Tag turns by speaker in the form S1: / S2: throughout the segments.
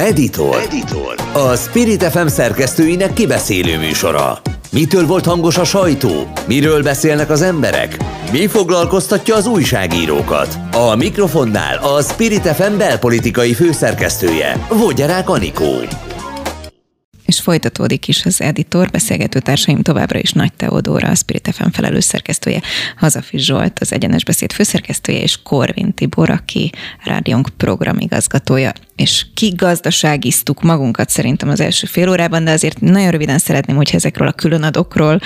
S1: Editor. A Spirit FM szerkesztőinek kibeszélő műsora. Mitől volt hangos a sajtó? Miről beszélnek az emberek? Mi foglalkoztatja az újságírókat? A mikrofonnál a Spirit FM belpolitikai főszerkesztője, Vogyarák Anikó.
S2: És folytatódik is az Editor, beszélgető társaim továbbra is Nagy Teodóra, a Spirit FM felelős szerkesztője, Hazafi Zsolt, az Egyenes Beszéd főszerkesztője, és Korvin Tibor, aki rádiónk programigazgatója. És kigazdaságiztuk magunkat szerintem az első fél órában, de azért nagyon röviden szeretném, hogy ezekről a különadókról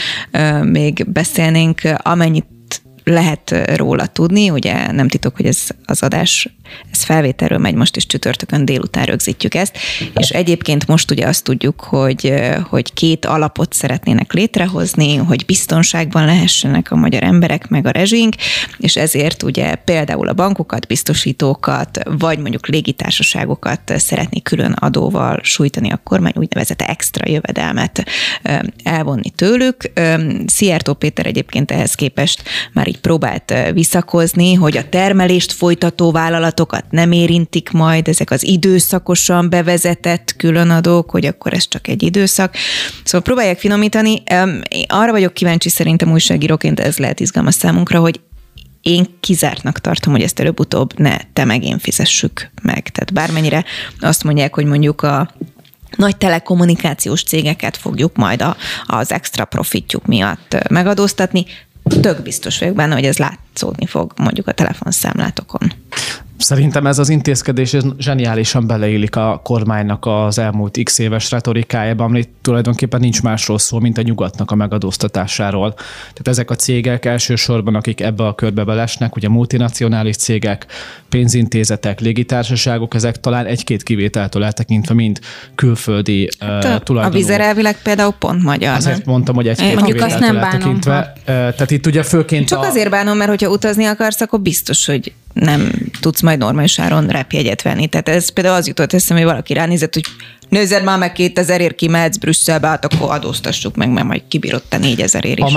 S2: még beszélnénk, amennyit lehet róla tudni, ugye nem titok, hogy ez az adás, ez felvételről megy most, és csütörtökön délután rögzítjük ezt, és egyébként most ugye azt tudjuk, hogy két alapot szeretnének létrehozni, hogy biztonságban lehessenek a magyar emberek, meg a rezsink, és ezért ugye például a bankokat, biztosítókat, vagy mondjuk légitársaságokat szeretné külön adóval sújtani a kormány, úgynevezett extra jövedelmet elvonni tőlük. Szijjártó Péter egyébként ehhez képest már így próbált visszakozni, hogy a termelést folytató vállalatokat nem érintik majd ezek az időszakosan bevezetett különadók, hogy akkor ez csak egy időszak. Szóval próbálják finomítani. Arra vagyok kíváncsi, szerintem újságíróként ez lehet izgalmas számunkra, hogy én kizártnak tartom, hogy ezt előbb-utóbb ne te meg én fizessük meg. Tehát bármennyire azt mondják, hogy mondjuk a nagy telekommunikációs cégeket fogjuk majd az extra profitjuk miatt megadóztatni, tök biztos vagyok benne, hogy ez látszódni fog mondjuk a telefonszámlátokon.
S3: Szerintem ez az intézkedés zseniálisan beleillik a kormánynak az elmúlt x éves retorikájában, ami tulajdonképpen nincs másról szó, mint a nyugatnak a megadóztatásáról. Tehát ezek a cégek elsősorban, akik ebbe a körbe belesnek, ugye multinacionális cégek, pénzintézetek, légitársaságok, ezek talán egy-két kivételtől eltekintve mind külföldi tulajdonok.
S2: A Wizz elvileg például pont magyar.
S3: Azért mondtam, hogy egy-két kivételtől eltekintve. Tehát itt ugye főként
S2: csak azért bánom, mert hogyha utazni akarsz, akkor biztos, hogy nem tudsz majd normális áron repjegyet venni. Tehát ez például az jutott eszembe, hogy valaki ránézett, hogy nézzed már meg 2000-ért kimehetsz Brüsszelbe, hát akkor adóztassuk meg, mert majd kibírod te 4000-ért is.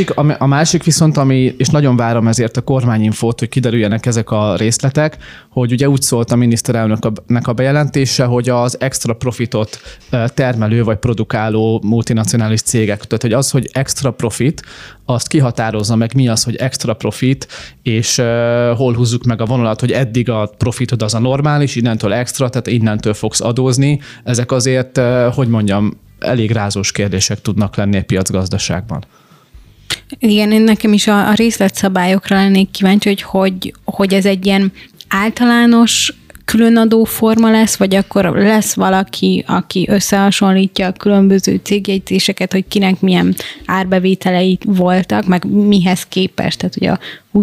S3: A másik viszont, és nagyon várom ezért a kormányinfót, hogy kiderüljenek ezek a részletek, hogy ugye úgy szólt a miniszterelnöknek a bejelentése, hogy az extra profitot termelő vagy produkáló multinacionális cégek, tehát hogy az, hogy extra profit, azt kihatározza meg, mi az, hogy extra profit, és hol húzzuk meg a vonalat, hogy eddig a profitod az a normális, innentől extra, tehát innentől fogsz adózni. Ezek azért, hogy mondjam, elég rázós kérdések tudnak lenni egy piacgazdaságban.
S4: Igen, én nekem is a részletszabályokra lennék kíváncsi, hogy ez egy ilyen általános különadó forma lesz, vagy akkor lesz valaki, aki összehasonlítja a különböző cégjegyzéseket, hogy kinek milyen árbevételei voltak, meg mihez képest, tehát ugye a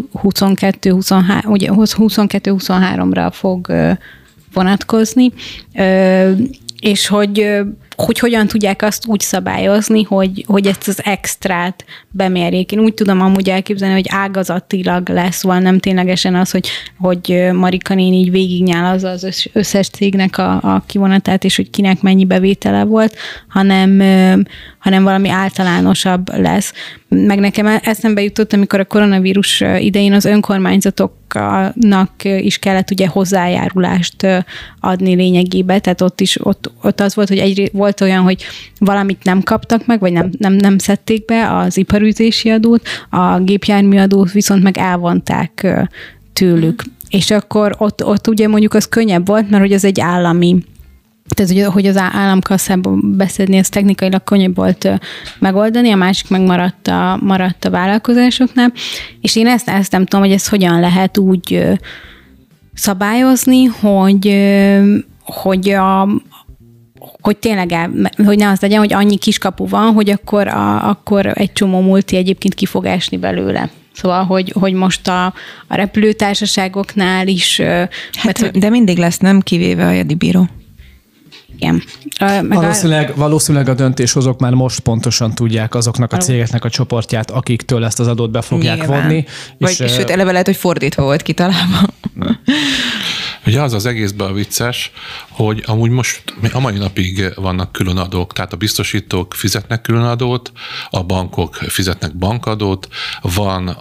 S4: 22-23-ra fog vonatkozni, és hogy hogyan tudják azt úgy szabályozni, hogy ezt az extrát bemérjék. Én úgy tudom amúgy elképzelni, hogy ágazatilag lesz, szóval nem ténylegesen az, hogy Marika néni így végignyálazza az összes cégnek a kivonatát, és hogy kinek mennyi bevétele volt, hanem valami általánosabb lesz. Meg nekem eszembe jutott, amikor a koronavírus idején az önkormányzatoknak is kellett ugye hozzájárulást adni lényegében, tehát ott az volt, hogy volt olyan, hogy valamit nem kaptak meg, vagy nem szedték be, az iparűzési adót, a gépjárműadót viszont meg elvonták tőlük. És akkor ott ugye mondjuk az könnyebb volt, mert hogy az egy állami, tehát hogy az államkasszában beszedni, ez technikailag könnyebb volt megoldani, a másik meg maradt a vállalkozásoknál, és én ezt nem tudom, hogy ezt hogyan lehet úgy szabályozni, hogy tényleg hogy ne az legyen, hogy annyi kiskapu van, hogy akkor egy csomó multi egyébként ki fog esni belőle. Szóval, hogy most a repülőtársaságoknál is...
S2: De mindig lesz, nem kivéve a jadibíró.
S4: Igen.
S3: Valószínűleg a döntéshozók már most pontosan tudják azoknak a cégeknek a csoportját, akiktől ezt az adót be fogják vonni.
S2: Sőt, eleve lehet, hogy fordítva volt kitalálva.
S5: Ugye az egészben a vicces, hogy amúgy most a mai napig vannak különadók, tehát a biztosítók fizetnek különadót, a bankok fizetnek bankadót, van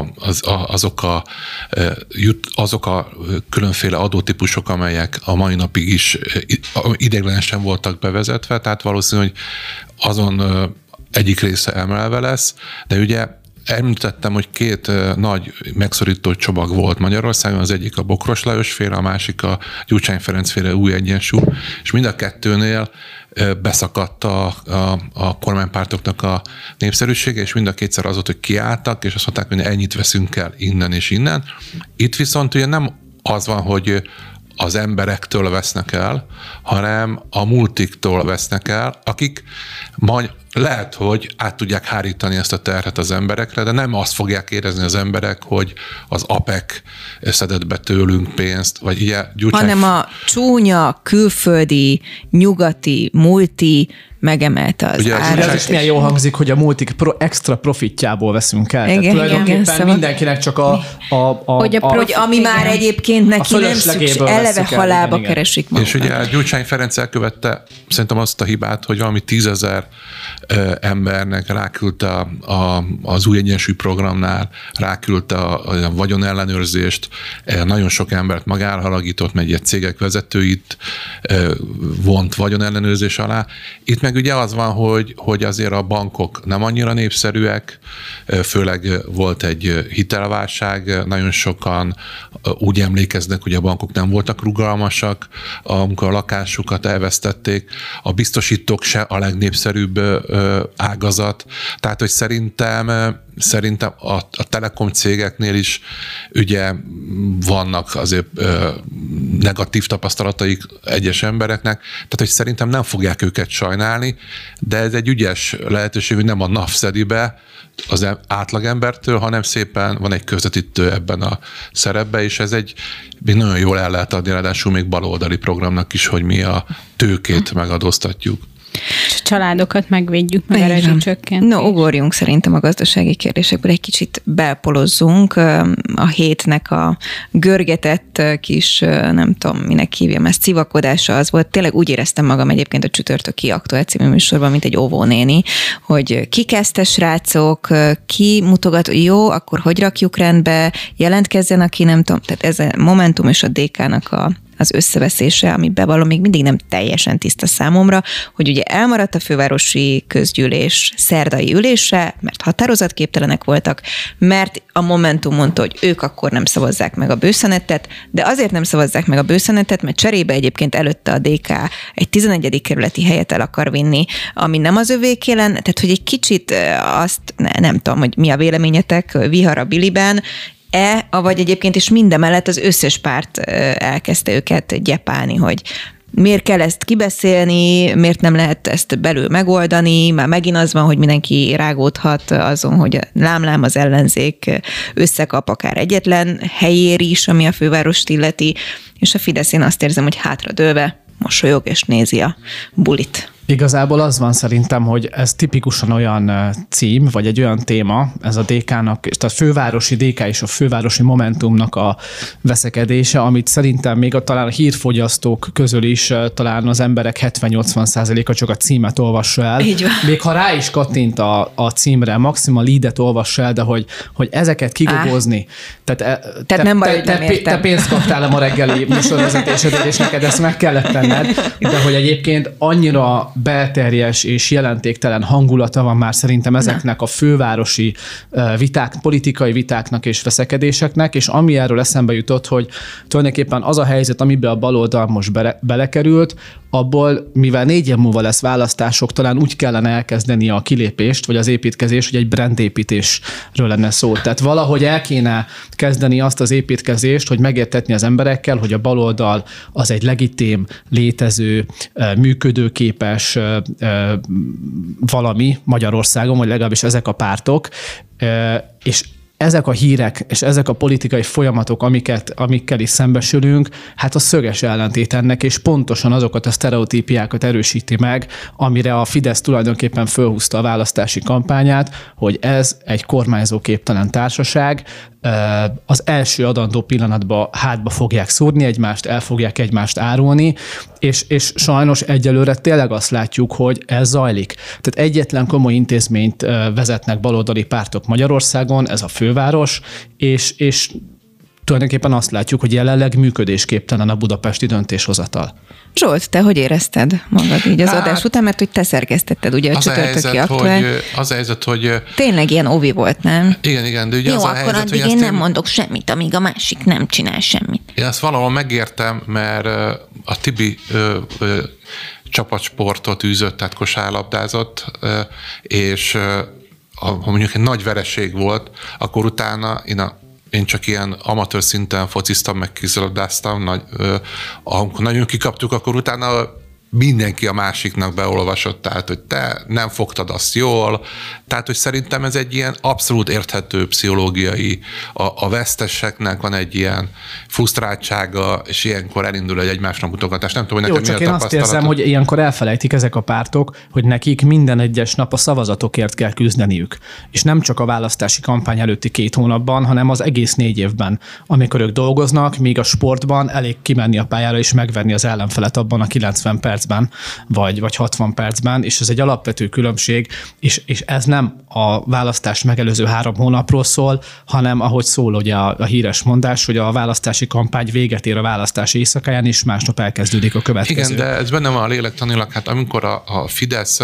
S5: azok a különféle adótípusok, amelyek a mai napig is ideiglenesen voltak bevezetve, tehát valószínű, hogy azon egyik része emelve lesz, de ugye említettem, hogy 2 nagy megszorító csomag volt Magyarországon, az egyik a Bokros Lajos féle, a másik a Gyurcsány Ferenc féle új egyensúly, és mind a 2-nél beszakadt a kormánypártoknak a népszerűsége, és mind a 2-szer az volt, hogy kiálltak, és azt mondták, hogy ennyit veszünk el innen és innen. Itt viszont ugye nem az van, hogy az emberektől vesznek el, hanem a multiktól vesznek el, akik majd lehet, hogy át tudják hárítani ezt a terhet az emberekre, de nem azt fogják érezni az emberek, hogy az APEC szedett be tőlünk pénzt, vagy ilyen
S2: hanem a csúnya, külföldi, nyugati, multi megemelte az árat.
S3: Ez is milyen jól hangzik, hogy a multik extra profitjából veszünk el.
S2: Igen,
S3: tulajdonképpen mindenkinek csak
S2: hogy ami már egyébként neki nem szükség, eleve halálba keresik magukat.
S5: És ugye Gyurcsány Ferenc elkövette szerintem azt a hibát, hogy valami 10 000 embernek ráküldte az új egyensúly programnál, ráküldte a vagyonellenőrzést, nagyon sok embert magára halagított, meg egy cégek vezetőit vont vagyonellenőrzés alá. Itt meg ugye az van, hogy azért a bankok nem annyira népszerűek, főleg volt egy hitelválság, nagyon sokan úgy emlékeznek, hogy a bankok nem voltak rugalmasak, amikor a lakásukat elvesztették, a biztosítók se a legnépszerűbb ágazat, tehát hogy szerintem a telekom cégeknél is ugye vannak azért negatív tapasztalataik egyes embereknek, tehát hogy szerintem nem fogják őket sajnálni, de ez egy ügyes lehetőség, hogy nem a NAV szedi be az átlagembertől, hanem szépen van egy közvetítő ebben a szerepben, és ez még nagyon jól el lehet adni, ráadásul még baloldali programnak is, hogy mi a tőkét megadóztatjuk.
S4: És a családokat megvédjük, meg a rezsicsökkentést.
S2: No, ugorjunk szerintem a gazdasági kérdésekből, egy kicsit belpolozzunk. A hétnek a görgetett kis, nem tudom, minek hívjam ezt, civakodása az volt. Tényleg úgy éreztem magam egyébként a Csütörtöki Aktuál című műsorban, mint egy óvónéni, hogy ki kezdte, srácok, ki mutogat, jó, akkor hogy rakjuk rendbe, jelentkezzen, aki nem tudom, tehát ez a Momentum és a DK-nak az összeveszése, ami bevallom, még mindig nem teljesen tiszta számomra, hogy ugye elmaradt a fővárosi közgyűlés szerdai ülése, mert határozatképtelenek voltak, mert a Momentum mondta, hogy ők akkor nem szavazzák meg a bőszenetet, de azért nem szavazzák meg a bőszenetet, mert cserébe egyébként előtte a DK egy 11. kerületi helyet el akar vinni, ami nem az övéké lenne, tehát hogy egy kicsit azt nem tudom, hogy mi a véleményetek vihar a biliben, vagy egyébként is mindemellett az összes párt elkezdte őket gyepálni, hogy miért kell ezt kibeszélni, miért nem lehet ezt belül megoldani, már megint az van, hogy mindenki rágódhat azon, hogy lámlám az ellenzék összekap akár egyetlen helyér is, ami a fővárost illeti, és a Fidesz én azt érzem, hogy hátradőlve mosolyog és nézi a bulit.
S3: Igazából az van szerintem, hogy ez tipikusan olyan cím, vagy egy olyan téma, ez a DK-nak, tehát a fővárosi DK és a fővárosi Momentumnak a veszekedése, amit szerintem még talán a hírfogyasztók közül is talán az emberek 70-80%-a csak a címet olvassa el. Még ha rá is kattint a címre, maximum a leadet olvassa el, de hogy ezeket kigogozni.
S2: Tehát nem baj, hogy nem értem.
S3: Te pénzt kaptál a ma reggeli műsorvezetésedért, és neked ezt meg kellett tenned, de hogy egyébként annyira belterjes és jelentéktelen hangulata van már szerintem ezeknek a fővárosi viták, politikai vitáknak és veszekedéseknek, és ami erről eszembe jutott, hogy tulajdonképpen az a helyzet, amiben a baloldal most belekerült, abból, mivel 4 év múlva lesz választások, talán úgy kellene elkezdeni a kilépést, vagy az építkezés, hogy egy brandépítésről lenne szó. Tehát valahogy el kéne kezdeni azt az építkezést, hogy megértetni az emberekkel, hogy a baloldal az egy legitim, létező, működőképes valami Magyarországon, vagy legalábbis ezek a pártok, és ezek a hírek és ezek a politikai folyamatok, amikkel is szembesülünk, hát a szöges ellentét ennek, és pontosan azokat a sztereotípiákat erősíti meg, amire a Fidesz tulajdonképpen fölhúzta a választási kampányát, hogy ez egy kormányzóképtelen társaság, az első adandó pillanatban hátba fogják szúrni egymást, el fogják egymást árulni, és sajnos egyelőre tényleg azt látjuk, hogy ez zajlik. Tehát egyetlen komoly intézményt vezetnek baloldali pártok Magyarországon, ez a főváros, és tulajdonképpen azt látjuk, hogy jelenleg működésképtelen a budapesti döntéshozatal.
S2: Zsolt, te hogy érezted magad így az adás után, mert hogy te szerkesztetted ugye a csütörtöki aktuál.
S5: Az a helyzet, hogy...
S2: Tényleg ilyen óvi volt, nem?
S5: Igen, de ugye
S2: jó,
S5: az a
S2: akkor
S5: helyzet,
S2: addig
S5: hogy
S2: én nem mondok semmit, amíg a másik nem csinál semmit.
S5: Én ezt valahol megértem, mert a Tibi csapatsportot űzött, tehát kosárlabdázott, és ha mondjuk egy nagy vereség volt, akkor utána én csak ilyen amatőr szinten fociztam, meg kézilabdáztam, amikor nagyon kikaptuk, akkor utána mindenki a másiknak beolvasott, tehát, hogy te nem fogtad azt jól, tehát, hogy szerintem ez egy ilyen abszolút érthető pszichológiai, a veszteseknek van egy ilyen frusztráltsága, és ilyenkor elindul egy egymásnak mutogatás. Nem tudom, hogy nekem
S3: csak én azt érzem, hogy ilyenkor elfelejtik ezek a pártok, hogy nekik minden egyes nap a szavazatokért kell küzdeniük. És nem csak a választási kampány előtti 2 hónapban, hanem az egész 4 évben, amikor ők dolgoznak, míg a sportban elég kimenni a pályára és megverni az ellenfelet abban a 90 percben, vagy 60 percben, és ez egy alapvető különbség, és ez nem a választást megelőző 3 hónapról szól, hanem ahogy szól ugye a híres mondás, hogy a választási kampány véget ér a választási éjszakáján, és másnap elkezdődik a következő.
S5: Igen, de ez benne van a lélektanilag, hát amikor a Fidesz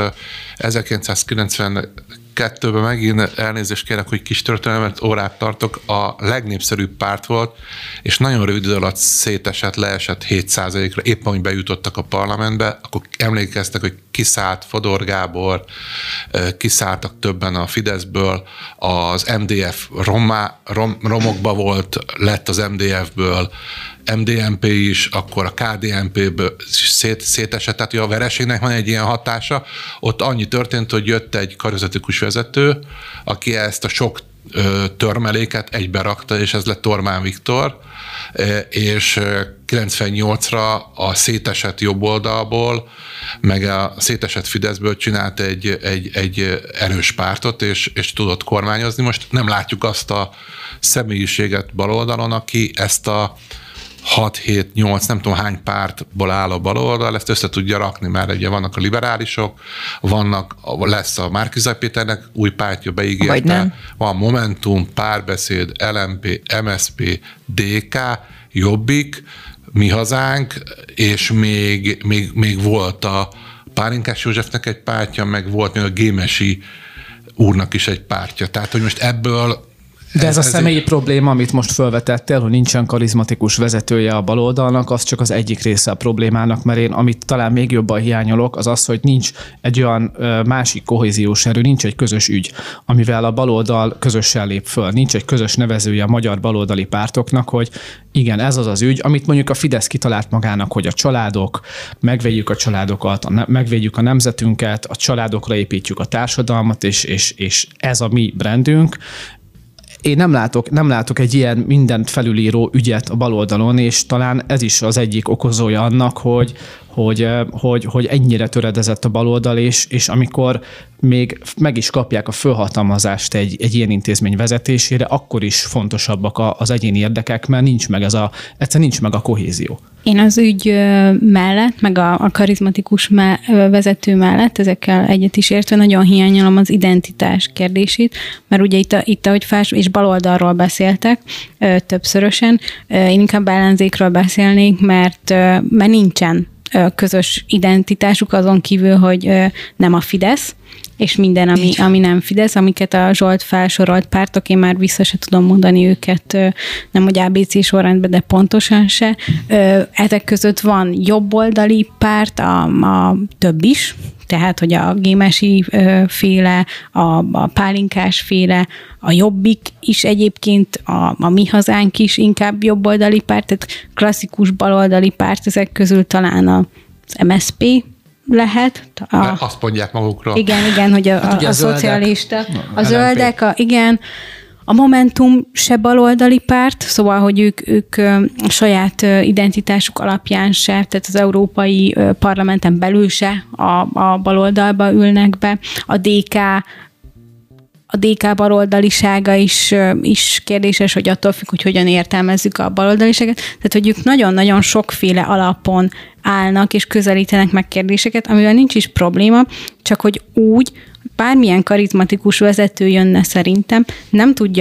S5: 1992-ben megint elnézést kérek, hogy kis történelmet órát tartok, a legnépszerűbb párt volt, és nagyon rövid idő alatt szétesett, leesett 7%-ra, éppen hogy bejutottak a parlamentbe, akkor emlékeztek, hogy kiszállt Fodor Gábor, kiszálltak többen a Fideszből, az MDF romokba volt, lett az MDF-ből, MDNP is, akkor a KDNP-ből szétesett, tehát a vereségnek van egy ilyen hatása. Ott annyi történt, hogy jött egy karizmatikus vezető, aki ezt a sok törmeléket egybe rakta, és ez lett Orbán Viktor, és 98-ra a szétesett jobboldalból, meg a szétesett Fideszből csinált egy erős pártot, és tudott kormányozni. Most nem látjuk azt a személyiséget baloldalon, aki ezt a 6-7-8, nem tudom hány pártból áll a baloldal, ezt össze tudja rakni, mert ugye vannak a liberálisok, lesz a Márki-Zay Péternek új pártja, beígérte, van Momentum, Párbeszéd, LMP, MSZP, DK, Jobbik, Mi Hazánk, és még volt a Pálinkás Józsefnek egy pártja, meg volt még a Gémesi úrnak is egy pártja. Tehát, hogy most ebből
S3: de ez a személyi probléma, amit most felvetettél, hogy nincsen karizmatikus vezetője a baloldalnak, az csak az egyik része a problémának, mert én amit talán még jobban hiányolok, az az, hogy nincs egy olyan másik kohéziós erő, nincs egy közös ügy, amivel a baloldal közösen lép föl. Nincs egy közös nevezője a magyar baloldali pártoknak, hogy igen, ez az az ügy, amit mondjuk a Fidesz kitalált magának, hogy a családok, megvédjük a családokat, megvédjük a nemzetünket, a családokra építjük a társadalmat, és ez a mi brandünk. Én nem látok egy ilyen mindent felülíró ügyet a baloldalon, és talán ez is az egyik okozója annak, hogy ennyire töredezett a baloldal, és amikor még meg is kapják a fölhatalmazást egy ilyen intézmény vezetésére, akkor is fontosabbak az egyéni érdekek, mert egyszerűen nincs meg a kohézió.
S4: Én az ügy mellett, meg a karizmatikus vezető mellett, ezekkel egyet is értve nagyon hiányolom az identitás kérdését, mert ugye itt ahogy és baloldalról beszéltek többszörösen, én inkább ellenzékről beszélnék, mert nincsen közös identitásuk azon kívül, hogy nem a Fidesz, és minden, ami nem Fidesz, amiket a Zsolt felsorolt pártok, én már vissza se tudom mondani őket, nem hogy ABC sorrendben, de pontosan se. Ezek között van jobboldali párt, a több is, tehát, hogy a Gémesi féle, a Pálinkás féle, a Jobbik is egyébként, a Mi Hazánk is inkább jobboldali párt, tehát klasszikus baloldali párt, ezek közül talán az MSZP lehet.
S5: Azt mondják magukról.
S4: Igen, hogy a szocialista, a zöldek, igen. A Momentum se baloldali párt, szóval, hogy ők saját identitásuk alapján se, tehát az Európai Parlamenten belül se a baloldalba ülnek be. A DK a DK baloldalisága is kérdéses, hogy attól függ, hogy hogyan értelmezzük a baloldaliságot. Tehát, hogy ők nagyon-nagyon sokféle alapon állnak és közelítenek meg kérdéseket, amivel nincs is probléma, csak hogy úgy, bármilyen karizmatikus vezető jönne szerintem, nem tudja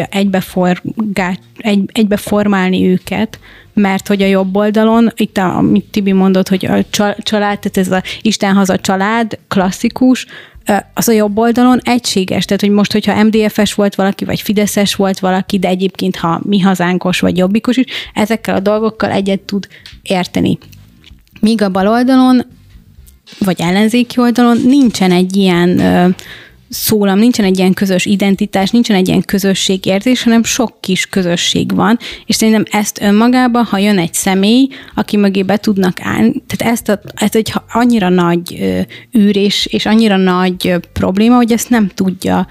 S4: egybeformálni őket, mert hogy a jobb oldalon, itt amit Tibi mondott, hogy a család, tehát ez a Isten haza család, klasszikus, az a jobb oldalon egységes. Tehát, hogy most, hogyha MDF-es volt valaki, vagy Fideszes volt valaki, de egyébként, ha mi hazánkos, vagy jobbikos is, ezekkel a dolgokkal egyet tud érteni. Míg a bal oldalon, vagy ellenzéki oldalon nincsen egy ilyen szólam, nincsen egy ilyen közös identitás, nincsen egy ilyen közösségérzés, hanem sok kis közösség van, és szerintem ezt önmagában, ha jön egy személy, aki mögé be tudnak állni, tehát ez egy annyira nagy űr és annyira nagy probléma, hogy ezt nem tudja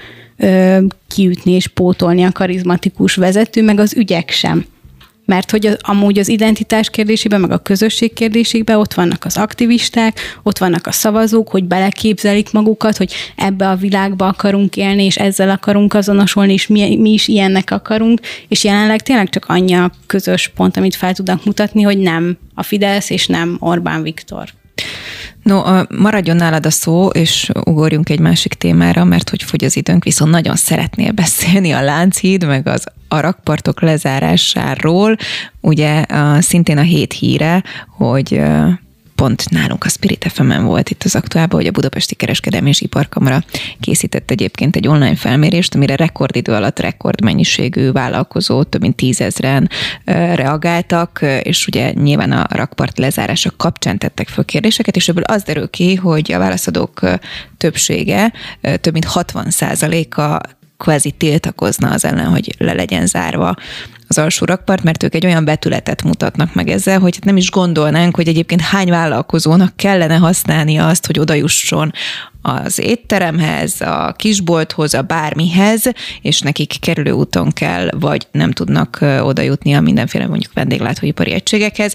S4: kiütni és pótolni a karizmatikus vezető, meg az ügyek sem. Mert hogy amúgy az identitás kérdésében, meg a közösség kérdésében ott vannak az aktivisták, ott vannak a szavazók, hogy beleképzelik magukat, hogy ebbe a világba akarunk élni, és ezzel akarunk azonosulni, és mi is ilyennek akarunk, és jelenleg tényleg csak annyi a közös pont, amit fel tudnak mutatni, hogy nem a Fidesz, és nem Orbán Viktor.
S2: No, maradjon nálad a szó, és ugorjunk egy másik témára, mert hogy fogy az időnk, viszont nagyon szeretnél beszélni a Lánchíd, meg a rakpartok lezárásáról. Ugye szintén a hét híre, hogy pont nálunk a Spirit FM-en volt itt az aktuálban, hogy a Budapesti Kereskedelmi és Iparkamara készített egyébként egy online felmérést, amire rekordidő alatt rekordmennyiségű vállalkozó, több mint 10 000-en reagáltak, és ugye nyilván a rakpart lezárása kapcsán tettek föl kérdéseket, és ebből az derül ki, hogy a válaszadók többsége, több mint 60%-a kvázi tiltakozna az ellen, hogy le legyen zárva az alsó rakpart, mert ők egy olyan betületet mutatnak meg ezzel, hogy nem is gondolnánk, hogy egyébként hány vállalkozónak kellene használnia azt, hogy odajusson az étteremhez, a kisbolthoz, a bármihez, és nekik kerülőúton kell, vagy nem tudnak odajutni a mindenféle mondjuk vendéglátóipari egységekhez.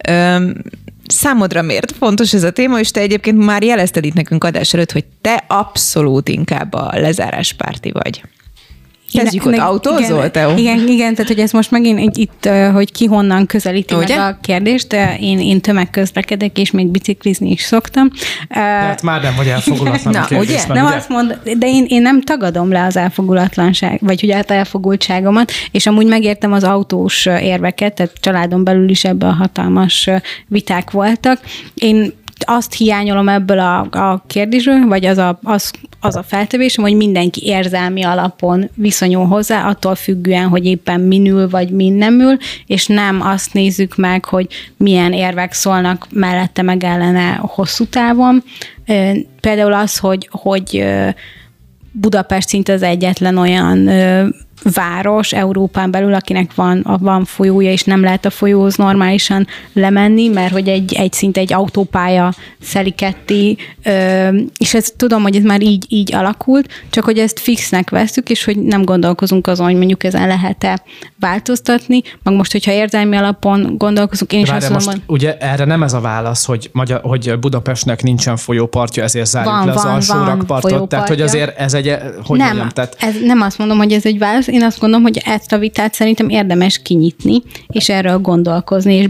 S2: Számodra miért fontos ez a téma, és te egyébként már jelezted itt nekünk adás előtt, hogy te abszolút inkább a lezáráspárti vagy. Kezdjük ott, autózol, Teó?
S4: Igen, tehát hogy ez most megint itt, hogy ki honnan közelíti meg a kérdést. Én tömegközlekedek, és még biciklizni is szoktam.
S3: Hát már nem vagy elfogulatlan a kérdés.
S4: Nem ugye? Azt mond, de én nem tagadom le az elfogulatlanság, vagy hogy elfogultságomat, és amúgy megértem az autós érveket, tehát családon belül is ebben hatalmas viták voltak. Én azt hiányolom ebből a kérdésből, vagy az a feltevésem, hogy mindenki érzelmi alapon viszonyul hozzá, attól függően, hogy éppen min ül, vagy min nem ül, és nem azt nézzük meg, hogy milyen érvek szólnak mellette meg ellene hosszú távon. Például az, hogy Budapest szinte az egyetlen olyan város Európán belül, akinek van folyója, és nem lehet a folyóhoz normálisan lemenni, mert hogy szinte egy autópálya szeli ketté, és ezt tudom, hogy ez már így alakult, csak hogy ezt fixnek veszük, és hogy nem gondolkozunk azon, hogy mondjuk ezen lehet-e változtatni, meg most, hogyha érzelmi alapon gondolkozunk, én is azt mondom, hogy...
S3: Ugye erre nem ez a válasz, hogy Budapestnek nincsen folyópartja, ezért zárjuk le az alsó rakpartot, tehát hogy azért ez egy...
S4: Nem azt mondom, hogy ez egy válasz, én azt gondolom, hogy ezt a vitát szerintem érdemes kinyitni, és erről gondolkozni, és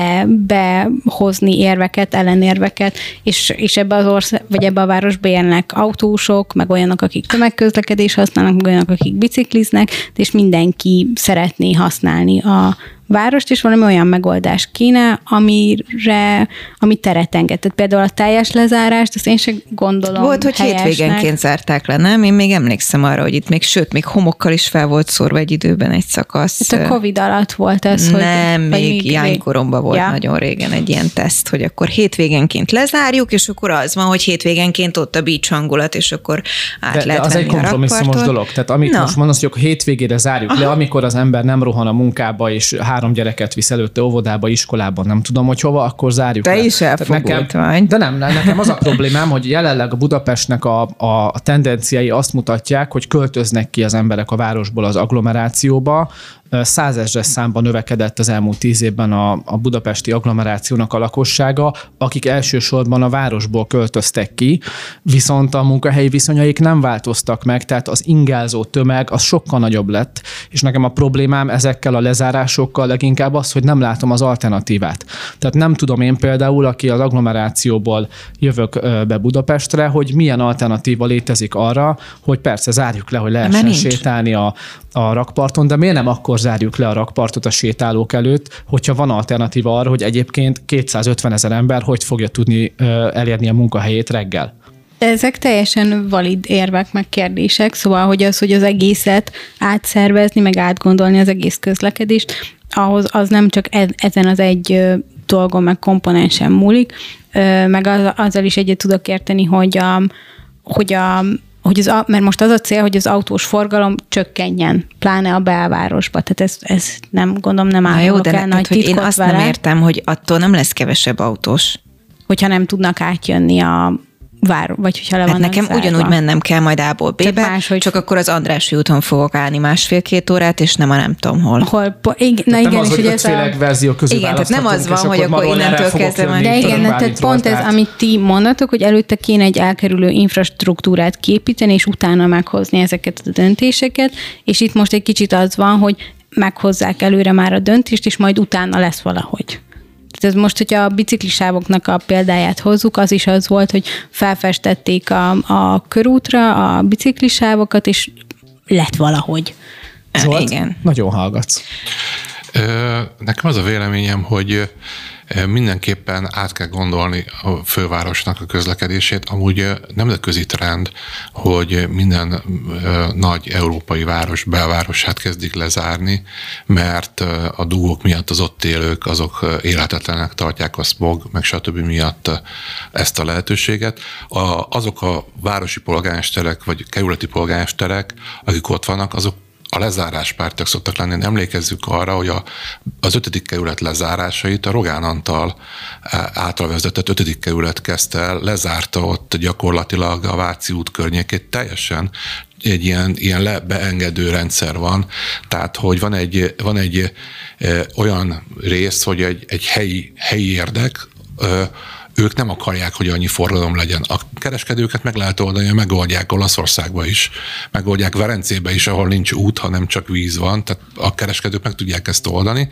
S4: behozni érveket, ellenérveket, és ebbe az ország, vagy ebbe a városba élnek autósok, meg olyanok, akik tömegközlekedés használnak, meg olyanok, akik bicikliznek, és mindenki szeretné használni a várost, és valami olyan megoldás kéne, ami teret enged. Tehát például a teljes lezárást, azt én sem gondolom
S2: volt, hogy hétvégenként zárták le, nem? Én még emlékszem arra, hogy itt még homokkal is fel volt szórva egy időben egy szakasz.
S4: Itt a Covid alatt volt ez, hogy...
S2: Nem, még jánykoromban volt nagyon régen egy ilyen teszt, hogy akkor hétvégenként lezárjuk, és akkor az van, hogy hétvégenként ott a beach hangulat, és akkor át lehet
S3: az egy kompromisszumos dolog. Tehát amit most mondasz, hogy akkor hétvégére zárjuk le, amikor az ember nem rohan a munkába, és 3 gyereket visz előtte óvodába, iskolába, nem tudom, hogy hova, akkor zárjuk
S2: le.
S3: Te
S2: is elfogult vagy.
S3: De nem, nekem az a problémám, hogy jelenleg a Budapestnek a tendenciái azt mutatják, hogy költöznek ki az emberek a városból az agglomerációba, 100 000-es számban növekedett az elmúlt 10 évben a budapesti agglomerációnak a lakossága, akik elsősorban a városból költöztek ki, viszont a munkahelyi viszonyaik nem változtak meg, tehát az ingázó tömeg az sokkal nagyobb lett, és nekem a problémám ezekkel a lezárásokkal leginkább az, hogy nem látom az alternatívát. Tehát nem tudom én például, aki az agglomerációból jövök be Budapestre, hogy milyen alternatíva létezik arra, hogy persze zárjuk le, hogy lehessen sétálni a rakparton, de miért nem akkor zárjuk le a rakpartot a sétálók előtt, hogyha van alternatíva arra, hogy egyébként 250 000 ember hogy fogja tudni elérni a munkahelyét reggel?
S4: Ezek teljesen valid érvek, meg kérdések, szóval, hogy az egészet átszervezni, meg átgondolni az egész közlekedést, ahhoz az nem csak ezen az egy dolgon, meg komponensen múlik, meg azzal is egyet tudok érteni, mert most az a cél, hogy az autós forgalom csökkenjen, pláne a belvárosba. Tehát ez nem gondolom, nem állok el nagy titkot
S2: én azt
S4: vele.
S2: nem értem, hogy attól nem lesz kevesebb autós.
S4: Hogyha nem tudnak átjönni vagy hogyha le vannak
S2: nekem
S4: zárva.
S2: ugyanúgy mennem kell majd A-ból B-be, csak akkor az Andrássy úton fogok állni 1,5-2 órát, és nem a nem tudom hol.
S3: Igen, az, hogy ötféle verzió közül
S2: igen, tehát nem az van, hogy akkor innentől kezdve.
S4: De igen, tehát pont ez, amit ti mondatok, hogy előtte kéne egy elkerülő infrastruktúrát képíteni, és utána meghozni ezeket a döntéseket, és itt most egy kicsit az van, hogy meghozzák előre már a döntést, és majd utána lesz valahogy. Tehát most, hogyha a biciklisávoknak a példáját hozzuk, az is az volt, hogy felfestették a körútra a biciklisávokat, és lett valahogy.
S3: Zsolt,
S2: igen.
S3: Nagyon hallgatsz.
S5: Nekem az a véleményem, hogy mindenképpen át kell gondolni a fővárosnak a közlekedését. Amúgy nemzetközi trend, hogy minden nagy európai város belvárosát kezdik lezárni, mert a dugók miatt az ott élők azok életetlenek tartják a smog, meg stb. Miatt ezt a lehetőséget. Azok a városi polgármesterek, vagy kerületi polgármesterek, akik ott vannak, azok a lezáráspártiak szoktak lenni. Emlékezzük arra, hogy az 5. kerület lezárásait a Rogán Antal által vezetett 5. kerület kezdte el, lezárta ott gyakorlatilag a Váci út környékét teljesen. Egy ilyen beengedő rendszer van, tehát hogy van egy olyan rész, hogy egy helyi érdek, ők nem akarják, hogy annyi forgalom legyen. A kereskedőket meg lehet oldani, megoldják Olaszországba is, megoldják Verencébe is, ahol nincs út, hanem csak víz van, tehát a kereskedők meg tudják ezt oldani,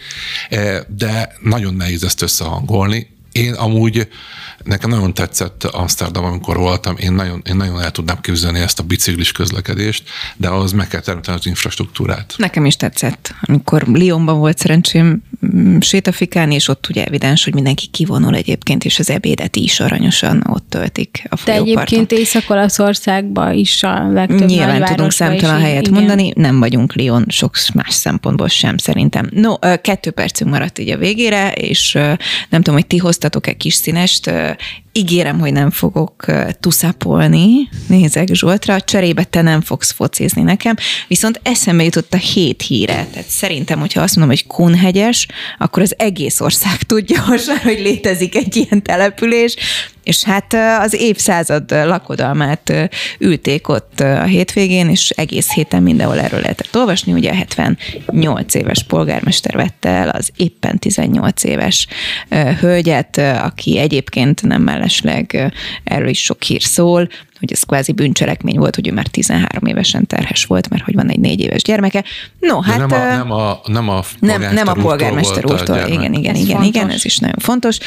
S5: de nagyon nehéz ezt összehangolni. Én amúgy, nekem nagyon tetszett Amsterdam, amikor voltam, én nagyon el tudnám képzelni ezt a biciklis közlekedést, de ahhoz meg kell teremteni az infrastruktúrát.
S2: Nekem is tetszett. Amikor Lyonban volt szerencsém sétafikálni, és ott ugye evidens, hogy mindenki kivonul egyébként, és az ebédet is aranyosan ott töltik a folyóparton.
S4: De egyébként Észak-Olaszországban is a legtöbb
S2: nyilván tudunk számtalan helyet mondani, nem vagyunk Lyon sok más szempontból sem szerintem. No, 2 percünk maradt így a végére, és nem tudom, hogy ti hoztatok-e kis színest. Ígérem, hogy nem fogok tuszapolni, nézek Zsoltra, cserébe te nem fogsz focizni nekem, viszont eszembe jutott a 7 híre. Tehát szerintem, hogyha azt mondom, hogy Kunhegyes, akkor az egész ország tudja most már, hogy létezik egy ilyen település, és hát az évszázad lakodalmát ülték ott a hétvégén, és egész héten mindenhol erről lehetett olvasni. Ugye 78 éves polgármester vette el az éppen 18 éves hölgyet, aki egyébként nem mellesleg, erről is sok hír szól, hogy ez kvázi bűncselekmény volt, hogy ő már 13 évesen terhes volt, mert hogy van egy 4 éves gyermeke. No, hát... Nem a polgármester úrtól. Igen, ez is nagyon fontos.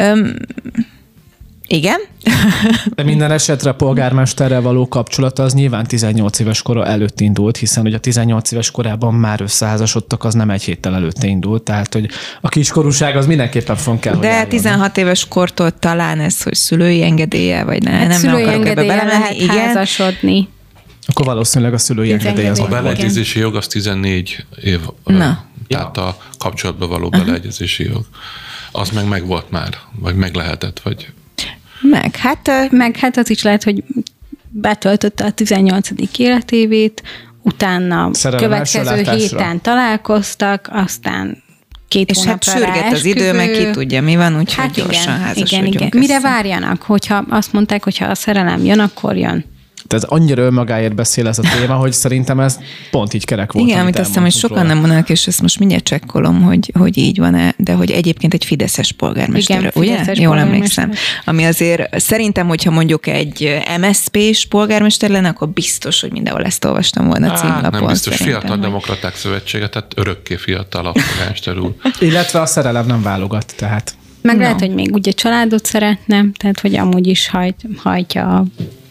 S2: Igen.
S3: De minden esetre a polgármesterrel való kapcsolata az nyilván 18 éves kora előtt indult, hiszen hogy a 18 éves korában már összeházasodtak, az nem egy héttel előtte indult, tehát hogy a kiskorúság az mindenképpen font kell,
S2: de
S3: hogy
S2: 16 éves kortól talán ez, hogy szülői engedélye, vagy nem,
S4: hát
S2: nem akarok ebbe belemenni.
S4: Igen. Házasodni.
S3: Akkor valószínűleg a szülői engedély az.
S5: A beleegyezési jog az 14 év.
S2: Na.
S5: Tehát a kapcsolatba való beleegyezési jog. Az meg volt már, vagy meg lehetett, vagy...
S4: Meg hát az is lehet, hogy betöltötte a 18. életévét, utána következő héten találkoztak, aztán 2
S2: és
S4: hónapra
S2: hát sürget az idő, meg ki tudja, mi van, úgyhogy hát gyorsan házasodjunk
S4: igen. Mire várjanak? Hogyha azt mondták, hogyha a szerelem jön, akkor jön.
S3: ez annyira önmagáért beszél ez a téma, hogy szerintem ez pont így kerek volt.
S2: Igen, amit azt hiszem, hogy sokan nem mondanak, és ezt most mindjárt csekkolom, hogy így van-e, de hogy egyébként egy fideszes polgármester,
S4: igen,
S2: ugye?
S4: Fideszes
S2: Jól
S4: polgármester.
S2: emlékszem. Ami azért szerintem, hogyha mondjuk egy MSZP-s polgármester lenne, akkor biztos, hogy mindenhol ezt olvastam volna a címlapon.
S5: Nem biztos,
S2: szerintem,
S5: Fiatal Demokraták Szövetsége, tehát örökké fiatal a polgármester úr.
S3: Illetve a szerelem nem válogat, tehát.
S4: Meg lehet, hogy még ugye családot szeretne, tehát hogy amúgy is hajtja a...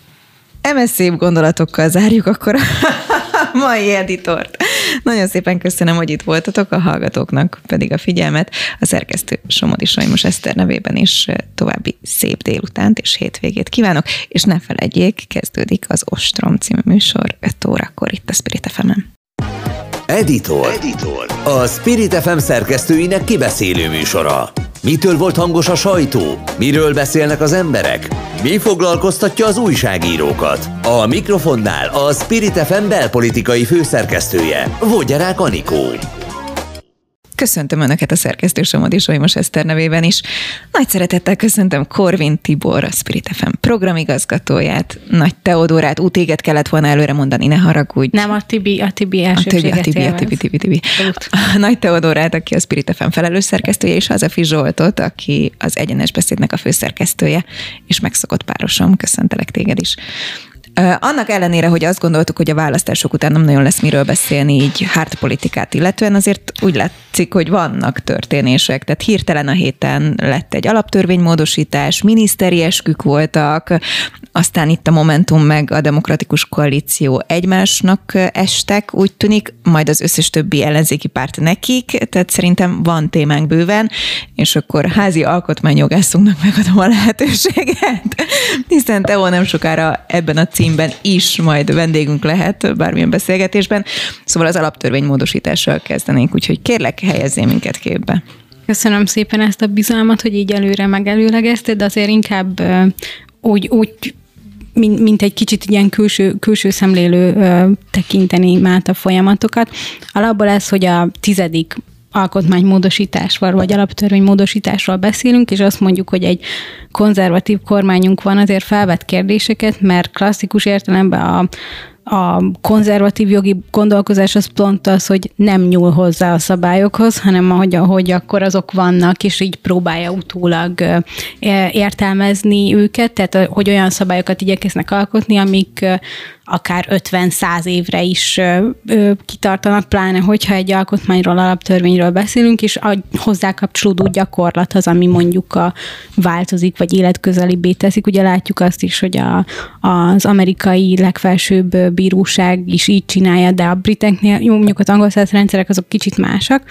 S2: Eme szép gondolatokkal zárjuk akkor a mai editort. Nagyon szépen köszönöm, hogy itt voltatok, a hallgatóknak pedig a figyelmet. A szerkesztő Somodi Solymos Eszter nevében is további szép délutánt és hétvégét kívánok, és ne felejtjék, kezdődik az Ostrom című műsor 5 órakor itt a Spirit FM-en.
S1: Editor. A Spirit FM szerkesztőinek kibeszélő műsora. Mitől volt hangos a sajtó? Miről beszélnek az emberek? Mi foglalkoztatja az újságírókat? A mikrofonnál a Spirit FM belpolitikai főszerkesztője, Vogyarák Anikó.
S2: Köszöntöm Önöket a szerkesztő Somodi Solymos Eszter nevében is. Nagy szeretettel köszöntöm Korvin Tibor, a Spirit FM programigazgatóját, Nagy Teodórát, utéget kellett volna előre mondani, ne haragudj.
S4: Nem, a Tibi elsőbséget
S2: Tibi. A Nagy Teodórát, aki a Spirit FM felelős szerkesztője, és Hazafi Zsoltot, aki az Egyenes Beszédnek a főszerkesztője, és megszokott párosom. Köszöntelek téged is. Annak ellenére, hogy azt gondoltuk, hogy a választások után nem nagyon lesz miről beszélni így hártpolitikát illetően, azért úgy látszik, hogy vannak történések. Tehát hirtelen a héten lett egy alaptörvénymódosítás, miniszteri eskük voltak, aztán itt a Momentum meg a Demokratikus Koalíció egymásnak estek, úgy tűnik, majd az összes többi ellenzéki párt nekik, tehát szerintem van témánk bőven, és akkor házi alkotmányjogászunknak megadom a lehetőséget, hiszen Teó nem sokára ebben a címben is majd vendégünk lehet bármilyen beszélgetésben, szóval az alaptörvénymódosítással kezdenénk, úgyhogy kérlek, helyezzél minket képbe.
S4: Köszönöm szépen ezt a bizalmat, hogy így előre megelőlegezted, de azért inkább úgy mint egy kicsit ilyen külső szemlélő tekinteni át a folyamatokat. Alapból ez, hogy a 10. alkotmánymódosításról, vagy alaptörvénymódosításról beszélünk, és azt mondjuk, hogy egy konzervatív kormányunk van, azért felvet kérdéseket, mert klasszikus értelemben a konzervatív jogi gondolkozás az pont az, hogy nem nyúl hozzá a szabályokhoz, hanem ahogy akkor azok vannak, és így próbálja utólag értelmezni őket, tehát hogy olyan szabályokat igyekeznek alkotni, amik akár 50-100 évre is kitartanak, pláne hogyha egy alkotmányról, alaptörvényről beszélünk, és a hozzá kapcsolódó gyakorlathoz, ami mondjuk változik, vagy életközelibbé teszik. Ugye látjuk azt is, hogy az amerikai legfelsőbb bíróság is így csinálja, de a briteknél, jó, mondjuk az angol száz rendszerek azok kicsit másak,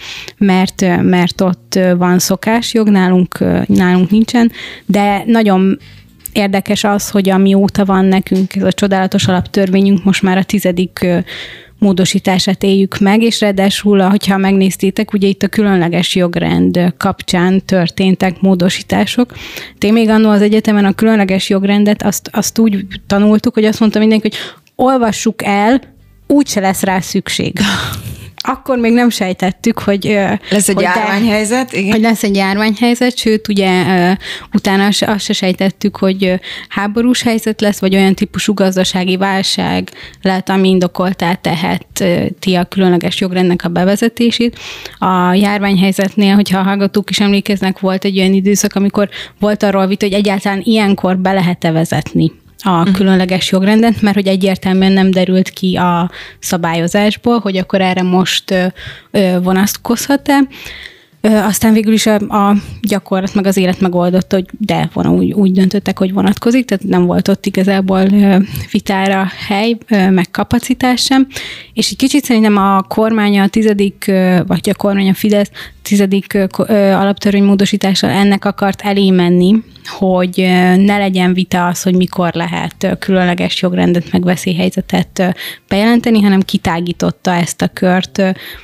S4: mert ott van szokásjog, nálunk nincsen, de nagyon érdekes az, hogy amióta van nekünk ez a csodálatos alaptörvényünk, most már a 10. módosítását éljük meg, és ráadásul, hogyha megnéztétek, ugye itt a különleges jogrend kapcsán történtek módosítások. Én még annól az egyetemen a különleges jogrendet azt úgy tanultuk, hogy azt mondta mindenki, hogy olvassuk el, úgyse lesz rá szükség. Akkor még nem sejtettük, hogy
S2: lesz egy járványhelyzet, igen.
S4: Hogy lesz egy járványhelyzet, sőt, ugye utána azt se sejtettük, hogy háborús helyzet lesz, vagy olyan típusú gazdasági válság lehet, ami indokoltá teheti a különleges jogrendnek a bevezetését. A járványhelyzetnél, hogyha a hallgatók is emlékeznek, volt egy olyan időszak, amikor volt arról vita, hogy egyáltalán ilyenkor be lehet-e vezetni a különleges jogrendet, mert hogy egyértelműen nem derült ki a szabályozásból, hogy akkor erre most vonatkozhat-e. Aztán végül is a gyakorlat meg az élet megoldotta, hogy de úgy döntöttek, hogy vonatkozik, tehát nem volt ott igazából vitára hely, meg kapacitás sem. És egy kicsit szerintem a kormány a 10. vagy a kormány a Fidesz 10. alaptörvénymódosítással ennek akart elé menni, hogy ne legyen vita az, hogy mikor lehet különleges jogrendet meg veszélyhelyzetet bejelenteni, hanem kitágította ezt a kört,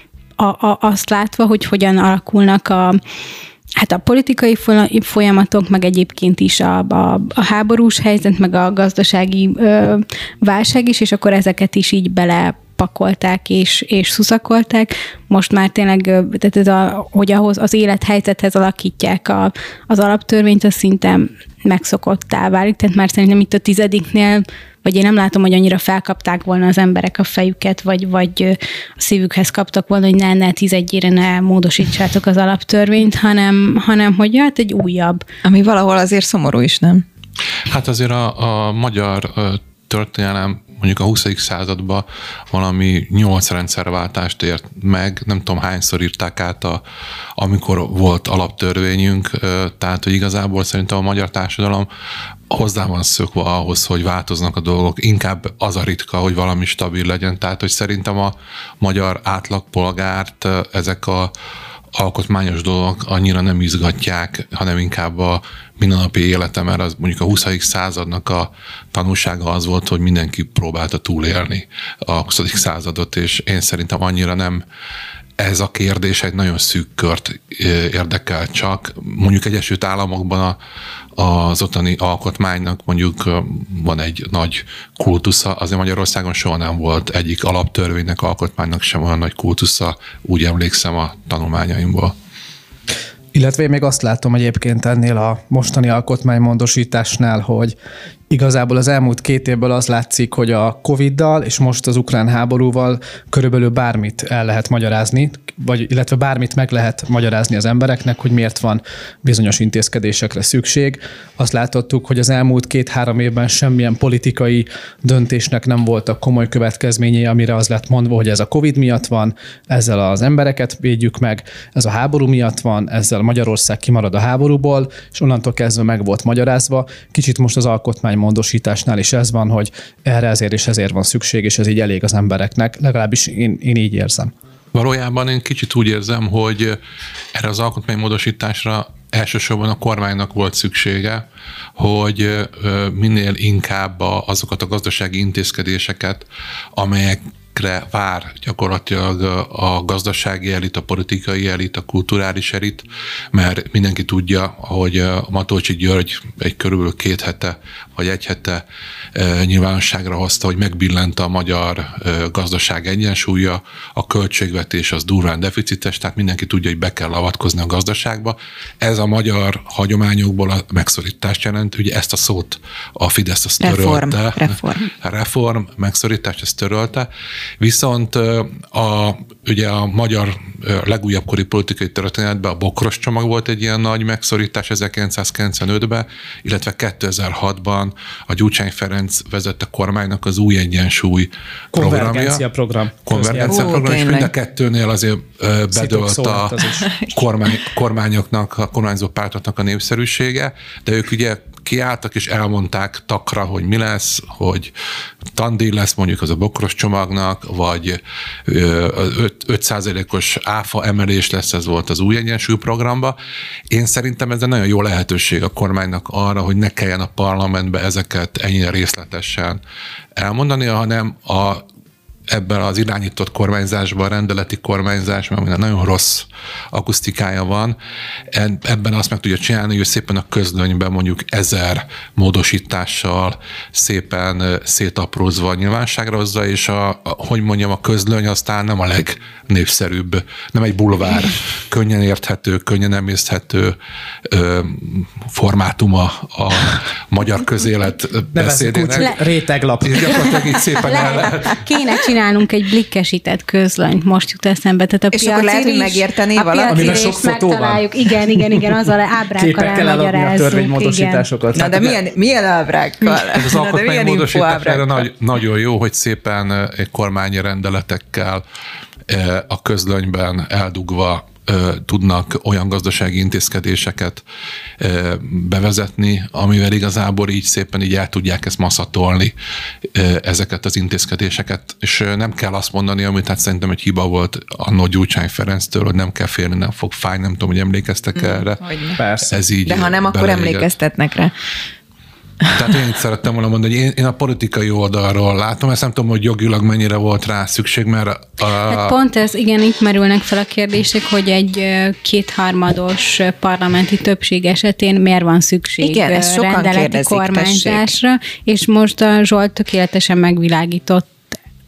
S4: azt látva, hogy hogyan alakulnak a politikai folyamatok, meg egyébként is a háborús helyzet, meg a gazdasági válság is, és akkor ezeket is így pakolták és szuszakolták, most már tényleg, tehát hogy ahhoz az élethelyzethez alakítják az alaptörvényt, az szinte megszokottá válik, tehát már szerintem itt a 10-nél, vagy én nem látom, hogy annyira felkapták volna az emberek a fejüket, vagy a szívükhez kaptak volna, hogy ne 11-ére ne módosítsátok az alaptörvényt, hanem hogy hát egy újabb.
S2: Ami valahol azért szomorú is, nem?
S5: Hát azért a magyar történelem mondjuk a 20. században valami 8 rendszerváltást ért meg, nem tudom hányszor írták át, amikor volt alaptörvényünk, tehát hogy igazából szerintem a magyar társadalom hozzá van szökve ahhoz, hogy változnak a dolgok, inkább az a ritka, hogy valami stabil legyen, tehát hogy szerintem a magyar átlagpolgárt ezek a alkotmányos dolgok annyira nem izgatják, hanem inkább a mindennapi élete, mert az mondjuk a 20. századnak a tanulsága az volt, hogy mindenki próbálta túlélni a 20. századot, és én szerintem annyira nem ez a kérdés egy nagyon szűk kört érdekel csak. Mondjuk Egyesült Államokban az ottani alkotmánynak mondjuk van egy nagy kultusza, azért Magyarországon soha nem volt egyik alaptörvénynek, alkotmánynak sem olyan nagy kultusza, úgy emlékszem a tanulmányaimból.
S3: Illetve én még azt látom egyébként ennél a mostani alkotmánymódosításnál, hogy igazából az elmúlt 2 évből az látszik, hogy a Covid-dal és most az ukrán háborúval körülbelül bármit el lehet magyarázni, illetve bármit meg lehet magyarázni az embereknek, hogy miért van bizonyos intézkedésekre szükség. Azt látottuk, hogy az elmúlt 2-3 évben semmilyen politikai döntésnek nem voltak komoly következményei, amire az lett mondva, hogy ez a Covid miatt van, ezzel az embereket védjük meg, ez a háború miatt van, ezzel Magyarország kimarad a háborúból, és onnantól kezdve meg volt magyarázva. Kicsit most az alkotmánymódosításnál is ez van, hogy erre ezért és ezért van szükség, és ez így elég az embereknek. Legalábbis én így érzem.
S5: Valójában én kicsit úgy érzem, hogy erre az alkotmánymódosításra elsősorban a kormánynak volt szüksége, hogy minél inkább azokat a gazdasági intézkedéseket, amelyekre vár gyakorlatilag a gazdasági elit, a politikai elit, a kulturális elit, mert mindenki tudja, hogy Matolcsy György egy körülbelül 2 hete vagy 1 hete nyilvánosságra hozta, hogy megbillent a magyar gazdaság egyensúlya, a költségvetés az durván deficites, tehát mindenki tudja, hogy be kell avatkozni a gazdaságba. Ez a magyar hagyományokból a megszorítást jelent, ugye ezt a szót a Fidesz azt törölte. Reform, megszorítást ezt törölte. Viszont ugye a magyar legújabb kori politikai történetben a Bokros csomag volt egy ilyen nagy megszorítás 1995-ben, illetve 2006-ban a Gyurcsány Ferenc vezette kormánynak az új egyensúly programja. Konvergencia program, és mind a kettőnél azért bedölt a kormányoknak, a kormányzó pártoknak a népszerűsége, de ők ugye kiálltak és elmondták takra, hogy mi lesz, hogy tandíj lesz mondjuk az a Bokros csomagnak, vagy 5%-os áfa emelés lesz, ez volt az új egyensúly programba. Én szerintem ez egy nagyon jó lehetőség a kormánynak arra, hogy ne kelljen a parlamentbe ezeket ennyire részletesen elmondani, hanem ebben az irányított kormányzásban, a rendeleti kormányzásban, aminek nagyon rossz akusztikája van, ebben azt meg tudja csinálni, hogy szépen a közlönyben mondjuk 1000 módosítással szépen szétaprózva nyilvánosságra hozza, és a közlöny aztán nem a legnépszerűbb, nem egy bulvár, könnyen érthető, könnyen emészthető formátuma a magyar közélet beszédének.
S3: Réteglap.
S5: Gyakorlatilag így szépen
S4: kéne csinálnunk egy blikkesített közlönyt, most jut eszembe. Tehát
S2: és akkor lehet, hogy megérteni valami.
S3: Amiben sok fotó van.
S4: Igen, azzal ábrákkal elmagyarázzuk.
S3: A törvénymódosításokat.
S2: Na de milyen ábrákkal?
S5: Az alkotmánymódosítás erre nagyon jó, hogy szépen kormányi rendeletekkel a közlönyben eldugva tudnak olyan gazdasági intézkedéseket bevezetni, amivel igazából így szépen így el tudják ezt maszatolni, ezeket az intézkedéseket. És nem kell azt mondani, amit hát szerintem egy hiba volt a Gyurcsány Ferenctől, hogy nem kell félni, nem fog fájni, nem tudom, hogy emlékeztek erre.
S3: Persze.
S5: Ez így
S2: de ha nem, akkor emlékeztetnek rá.
S5: Tehát én szerettem volna mondani, hogy én a politikai oldalról látom, ezt nem tudom, hogy jogilag mennyire volt rá szükség, mert...
S4: Hát pont ez, igen, itt merülnek fel a kérdések, hogy egy 2/3 parlamenti többség esetén miért van szükség
S2: igen,
S4: rendeleti kormányzásra, és most a Zsolt tökéletesen megvilágított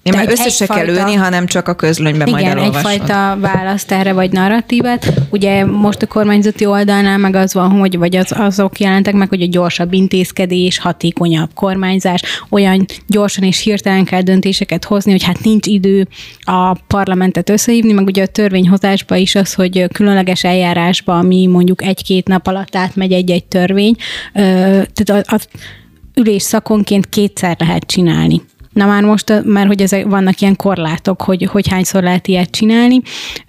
S2: Mert össze se kell ülni, hanem csak a közlönyben majd elolvasod.
S4: Igen, egyfajta választ erre, vagy narratívát. Ugye most a kormányzati oldalnál meg az van, hogy vagy azok jelentek meg, hogy a gyorsabb intézkedés, hatékonyabb kormányzás, olyan gyorsan és hirtelen kell döntéseket hozni, hogy hát nincs idő a parlamentet összehívni, meg ugye a törvényhozásban is az, hogy különleges eljárásban, ami mondjuk 1-2 nap alatt átmegy egy-egy törvény, tehát az ülés szakonként 2-szer lehet csinálni. Na már most, mert hogy vannak ilyen korlátok, hogy hányszor lehet ilyet csinálni,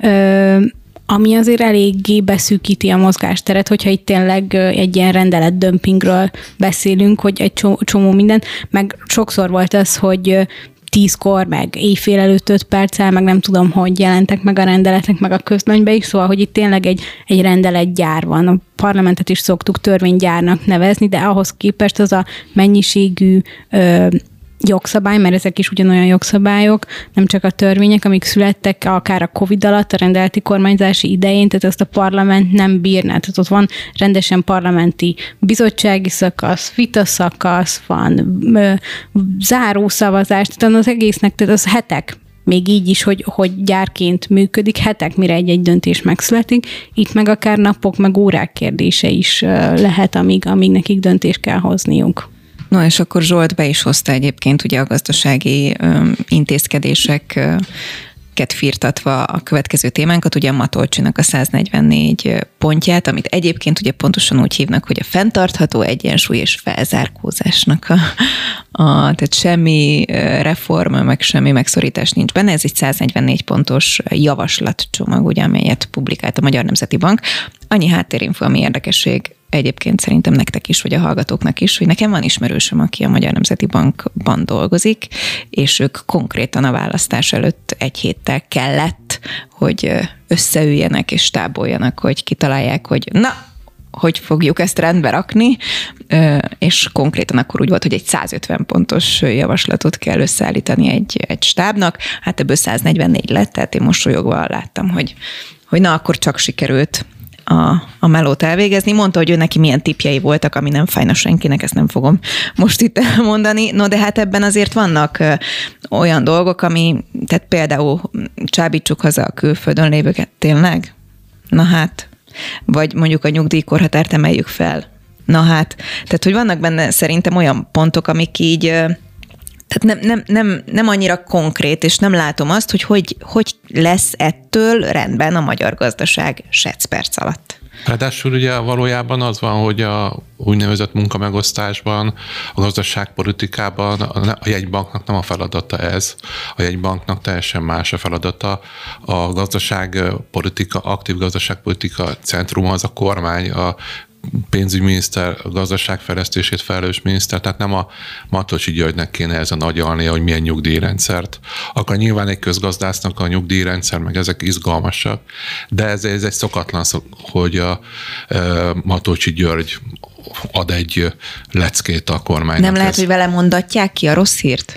S4: ami azért eléggé beszűkíti a mozgásteret, hogyha itt tényleg egy ilyen rendeletdömpingről beszélünk, hogy egy csomó minden, meg sokszor volt az, hogy 10-kor, meg éjfél előtt 5 perccel, meg nem tudom, hogy jelentek meg a rendeletek, meg a közlönybe is, szóval, hogy itt tényleg egy rendeletgyár van. A parlamentet is szoktuk törvénygyárnak nevezni, de ahhoz képest az a mennyiségű jogszabály, mert ezek is ugyanolyan jogszabályok, nem csak a törvények, amik születtek akár a Covid alatt, a rendeleti kormányzási idején, tehát ezt a parlament nem bírná. Tehát ott van rendesen parlamenti bizottsági szakasz, vita szakasz, van zárószavazás, tehát az egésznek, tehát az hetek, még így is, hogy gyárként működik, hetek, mire egy döntés megszületik. Itt meg akár napok, meg órák kérdése is lehet, amíg nekik döntést kell hozniuk.
S2: No, és akkor Zsolt be is hozta egyébként ugye a gazdasági intézkedéseket firtatva a következő témánkat, ugye a Matolcsinak a 144 pontját, amit egyébként ugye pontosan úgy hívnak, hogy a fenntartható egyensúly és felzárkózásnak tehát semmi reform, meg semmi megszorítás nincs benne. Ez egy 144 pontos javaslatcsomag, ugye, amelyet publikált a Magyar Nemzeti Bank. Annyi háttérinfo, ami érdekesség egyébként szerintem nektek is, vagy a hallgatóknak is, hogy nekem van ismerősöm, aki a Magyar Nemzeti Bankban dolgozik, és ők konkrétan a választás előtt 1 héttel kellett, hogy összeüljenek és stáboljanak, hogy kitalálják, hogy na, hogy fogjuk ezt rendbe rakni, és konkrétan akkor úgy volt, hogy egy 150 pontos javaslatot kell összeállítani egy stábnak, hát ebből 144 lett, tehát én mosolyogva láttam, hogy na, akkor csak sikerült a melót elvégezni. Mondta, hogy ő neki milyen tippjei voltak, ami nem fájna senkinek, ezt nem fogom most itt elmondani. No, de hát ebben azért vannak olyan dolgok, tehát például csábítsuk haza a külföldön lévőket, tényleg? Na hát, vagy mondjuk a nyugdíjkorhatárt emeljük fel. Na hát, tehát hogy vannak benne szerintem olyan pontok, amik így tehát nem annyira konkrét, és nem látom azt, hogy lesz ettől rendben a magyar gazdaság 7 perc alatt.
S5: Ráadásul ugye valójában az van, hogy a úgynevezett munkamegosztásban, a gazdaságpolitikában a jegybanknak nem a feladata ez. A jegybanknak teljesen más a feladata. A gazdaságpolitika, aktív gazdaságpolitika centruma az a kormány, a pénzügyminiszter, a gazdaságfejlesztését felelős miniszter, tehát nem a Matolcsy Györgynek kéne ezen agyalnia, hogy milyen nyugdíjrendszert. Akkor nyilván egy közgazdásznak a nyugdíjrendszer, meg ezek izgalmasak, de ez egy szokatlan, hogy a Matolcsy György ad egy leckét a kormánynak.
S2: Nem lehet, hogy vele mondatják ki a rossz hírt?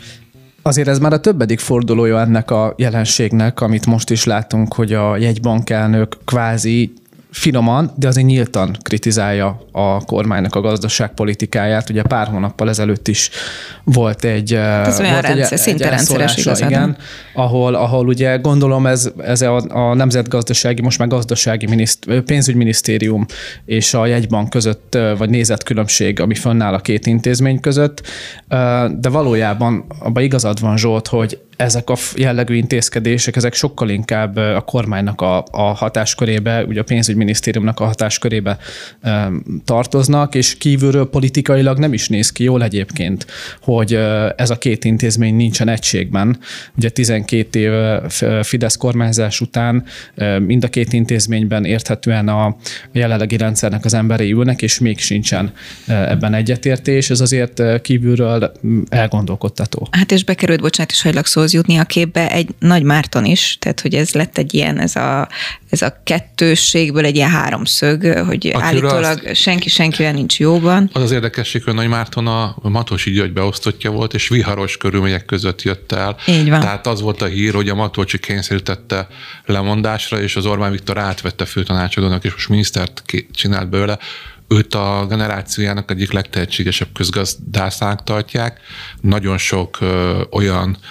S3: Azért ez már a többedik fordulója ennek a jelenségnek, amit most is látunk, hogy a jegybankelnök kvázi finoman, de azért nyíltan kritizálja a kormánynak a gazdaságpolitikáját. Ugye pár hónappal ezelőtt is volt egy
S2: szinte rendszeres igazán.
S3: Igen, ahol ugye gondolom ez a nemzetgazdasági, most már gazdasági pénzügyminisztérium és a jegybank között, vagy nézetkülönbség, ami fönnáll a 2 intézmény között, de valójában abban igazad van, Zsolt, hogy ezek a jellegű intézkedések, ezek sokkal inkább a kormánynak a hatáskörébe, ugye a pénzügyminisztériumnak a hatáskörébe tartoznak, és kívülről politikailag nem is néz ki jól egyébként, hogy ez a 2 intézmény nincsen egységben. Ugye 12 év Fidesz kormányzás után mind a 2 intézményben érthetően a jelenlegi rendszernek az emberei ülnek, és még sincsen ebben egyetértés. Ez azért kívülről elgondolkodtató.
S2: Hát és bekerült, bocsánat, is hagylak szóhoz jutni a képbe egy Nagy Márton is, tehát hogy ez lett egy ilyen, ez a kettősségből egy ilyen háromszög, hogy állítólag senki senkivel nincs jóban.
S5: Az érdekesség, hogy Nagy Márton a Matolcsy György beosztottja volt, és viharos körülmények között jött el.
S2: Így van.
S5: Tehát az volt a hír, hogy a Matolcsy kényszerítette lemondásra, és az Orbán Viktor átvette főtanácsadónak, és most minisztert csinált belőle. Őt a generációjának egyik legtehetségesebb közgazdászának tartják. Nagyon sok olyan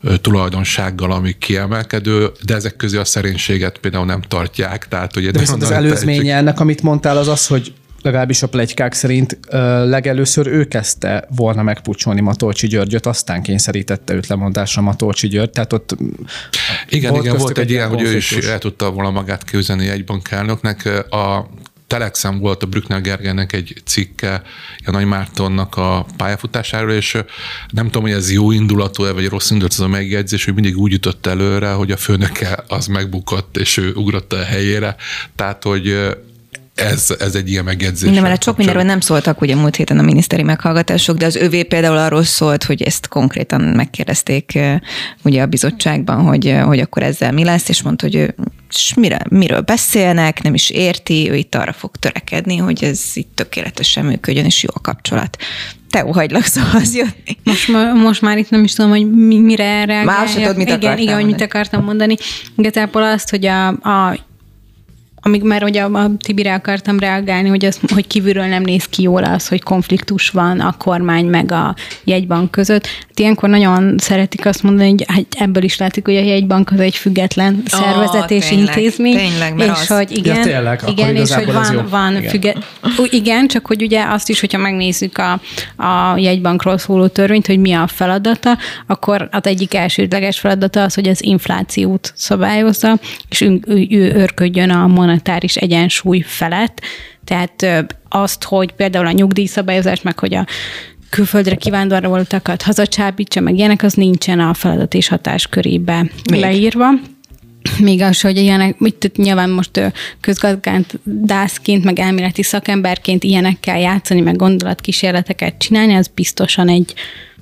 S5: tulajdonsággal, ami kiemelkedő, de ezek közé a szerénységet például nem tartják. Tehát, ugye
S3: de viszont az előzménye ennek, amit mondtál, az, hogy legalábbis a pletykák szerint legelőször ő kezdte volna megpucsolni Matolcsy Györgyöt, aztán kényszerítette őt lemondásra Matolcsy György. Tehát ott
S5: volt egy ilyen, hogy ő is el tudta volna magát képzelni jegybankelnöknek. A Telexen volt a Brückner Gergelynek egy cikke a Nagy Mártonnak a pályafutásáról, és nem tudom, hogy ez jó indulatú-e, vagy rossz indulatú az a megjegyzés, hogy mindig úgy jutott előre, hogy a főnöke az megbukott, és ő ugrott a helyére. Tehát, hogy ez egy ilyen megjegyzés.
S2: Mindemellett sok mindenről nem szóltak ugye múlt héten a miniszteri meghallgatások, de az övé például arról szólt, hogy ezt konkrétan megkérdezték ugye a bizottságban, hogy akkor ezzel mi lesz, és mondta, hogy ő miről beszélnek, nem is érti, ő itt arra fog törekedni, hogy ez itt tökéletesen működjön, és jó a kapcsolat. Teó, hagylak szóhoz jutni.
S4: Most már itt nem is tudom, hogy mire reagáljak.
S2: Már azt tudod,
S4: igen, hogy mit akartam mondani. Igazából azt, hogy mert ugye a Tibire akartam reagálni, hogy kívülről nem néz ki jól az, hogy konfliktus van a kormány meg a jegybank között. Hát ilyenkor nagyon szeretik azt mondani, hogy hát ebből is látszik, hogy a jegybank az egy független szervezet és intézmény.
S2: Tényleg,
S4: és az. Hogy igen,
S3: tényleg,
S4: igen és hogy van igen, csak hogy ugye azt is, hogyha megnézzük a jegybankról szóló törvényt, hogy mi a feladata, akkor az egyik elsődleges feladata az, hogy az inflációt szabályozza, és ő őrködjön a monetáris egyensúly felett. Tehát azt, hogy például a nyugdíjszabályozás, meg hogy a külföldre kivándoroltakat hazacsábítsa, meg ilyenek, az nincsen a feladat és hatáskörébe leírva. Még az, hogy ilyenek, nyilván most közgazdászként, meg elméleti szakemberként ilyenekkel játszani, meg gondolatkísérleteket csinálni, az biztosan egy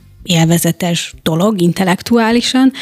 S4: élvezetes dolog intellektuálisan,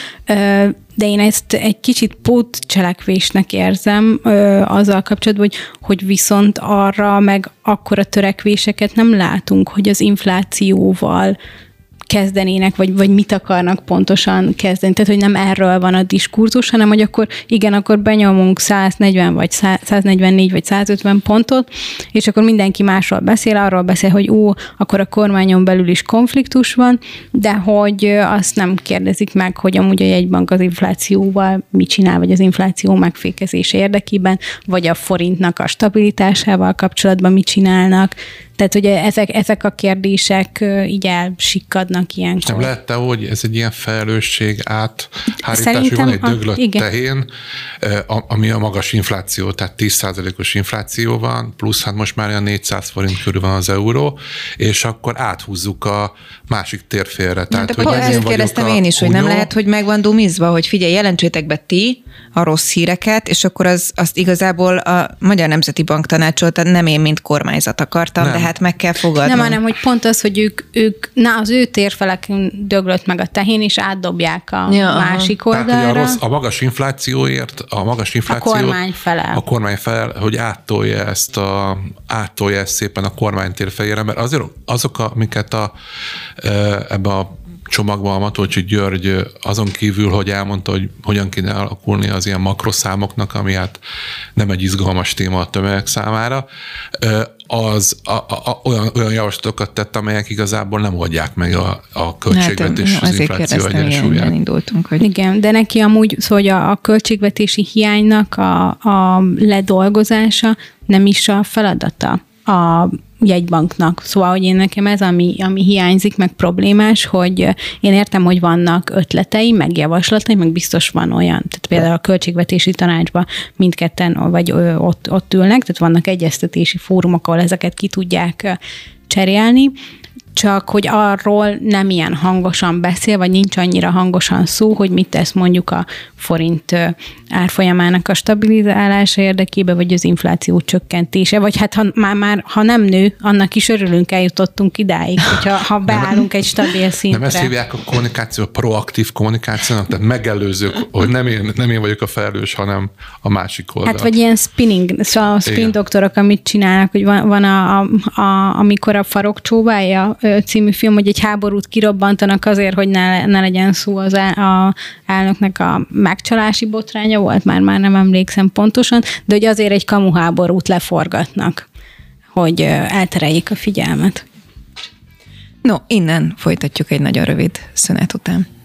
S4: de én ezt egy kicsit pótcselekvésnek érzem azzal kapcsolatban, hogy viszont arra meg akkora törekvéseket nem látunk, hogy az inflációval kezdenének, vagy mit akarnak pontosan kezdeni. Tehát, hogy nem erről van a diskurzus, hanem, hogy akkor benyomunk 140 vagy 144 vagy 150 pontot, és akkor mindenki másról beszél, arról beszél, hogy akkor a kormányon belül is konfliktus van, de hogy azt nem kérdezik meg, hogy amúgy a jegybank az inflációval mit csinál, vagy az infláció megfékezése érdekében, vagy a forintnak a stabilitásával kapcsolatban mit csinálnak. Tehát ugye ezek a kérdések így elsikkadnak ilyenkor.
S5: Nem lehet, hogy ez egy ilyen felelősség áthárítás, hogy van egy döglött tehén, ami a magas infláció, tehát 10%-os infláció van, plusz hát most már olyan 400 forint körül van az euró, és akkor áthúzzuk a másik térfélre. Tehát,
S2: hogy ezt kérdeztem én is, hogy nem lehet, hogy meg van dumizva, hogy figyelj, jelentsétek be ti a rossz híreket, és akkor azt igazából a Magyar Nemzeti Bank tanácsolta, nem én, mint kormányzat akartam, de hát meg kell fogadnom.
S4: Nem, hanem, hogy pont az, hogy ők az ő térfeleken döglött meg a tehén, és átdobják a másik oldalra.
S5: Tehát, a magas inflációért, a kormány felel, hogy áttolja ezt szépen a kormány térfelére, mert azért azok, amiket ebbe a csomagban a Matolcsy György azon kívül, hogy elmondta, hogy hogyan kéne alakulni az ilyen makroszámoknak, ami hát nem egy izgalmas téma a tömegek számára, olyan javaslatokat tett, amelyek igazából nem oldják meg a költségvetés az infláció egyensúlyát.
S2: Indultunk, hogy...
S4: Igen, de neki amúgy szóval a költségvetési hiánynak a ledolgozása nem is a feladata a jegybanknak. Szóval, hogy én nekem ez, ami hiányzik, meg problémás, hogy én értem, hogy vannak ötletei, meg javaslatai, meg biztos van olyan. Tehát például a költségvetési tanácsban mindketten vagy ott ülnek, tehát vannak egyeztetési fórumok, ahol ezeket ki tudják cserélni, csak hogy arról nem ilyen hangosan beszél, vagy nincs annyira hangosan szó, hogy mit tesz mondjuk a forint árfolyamának a stabilizálása érdekében, vagy az infláció csökkentése, vagy hát ha nem nő, annak is örülünk, eljutottunk idáig, hogyha beállunk egy stabil szintre.
S5: Nem ezt hívják a kommunikáció, a proaktív kommunikációnak, tehát megelőzők, hogy nem én vagyok a felelős, hanem a másik oldal.
S4: Hát vagy ilyen spinning, szóval a spin doktorok, amit csinálnak, hogy van amikor a Farok csóválja című film, hogy egy háborút kirobbantanak azért, hogy ne legyen szó az elnöknek a megcsalási botránya volt, már nem emlékszem pontosan, de hogy azért egy kamuháborút leforgatnak, hogy eltereljék a figyelmet.
S2: No, innen folytatjuk egy nagyon rövid szünet után.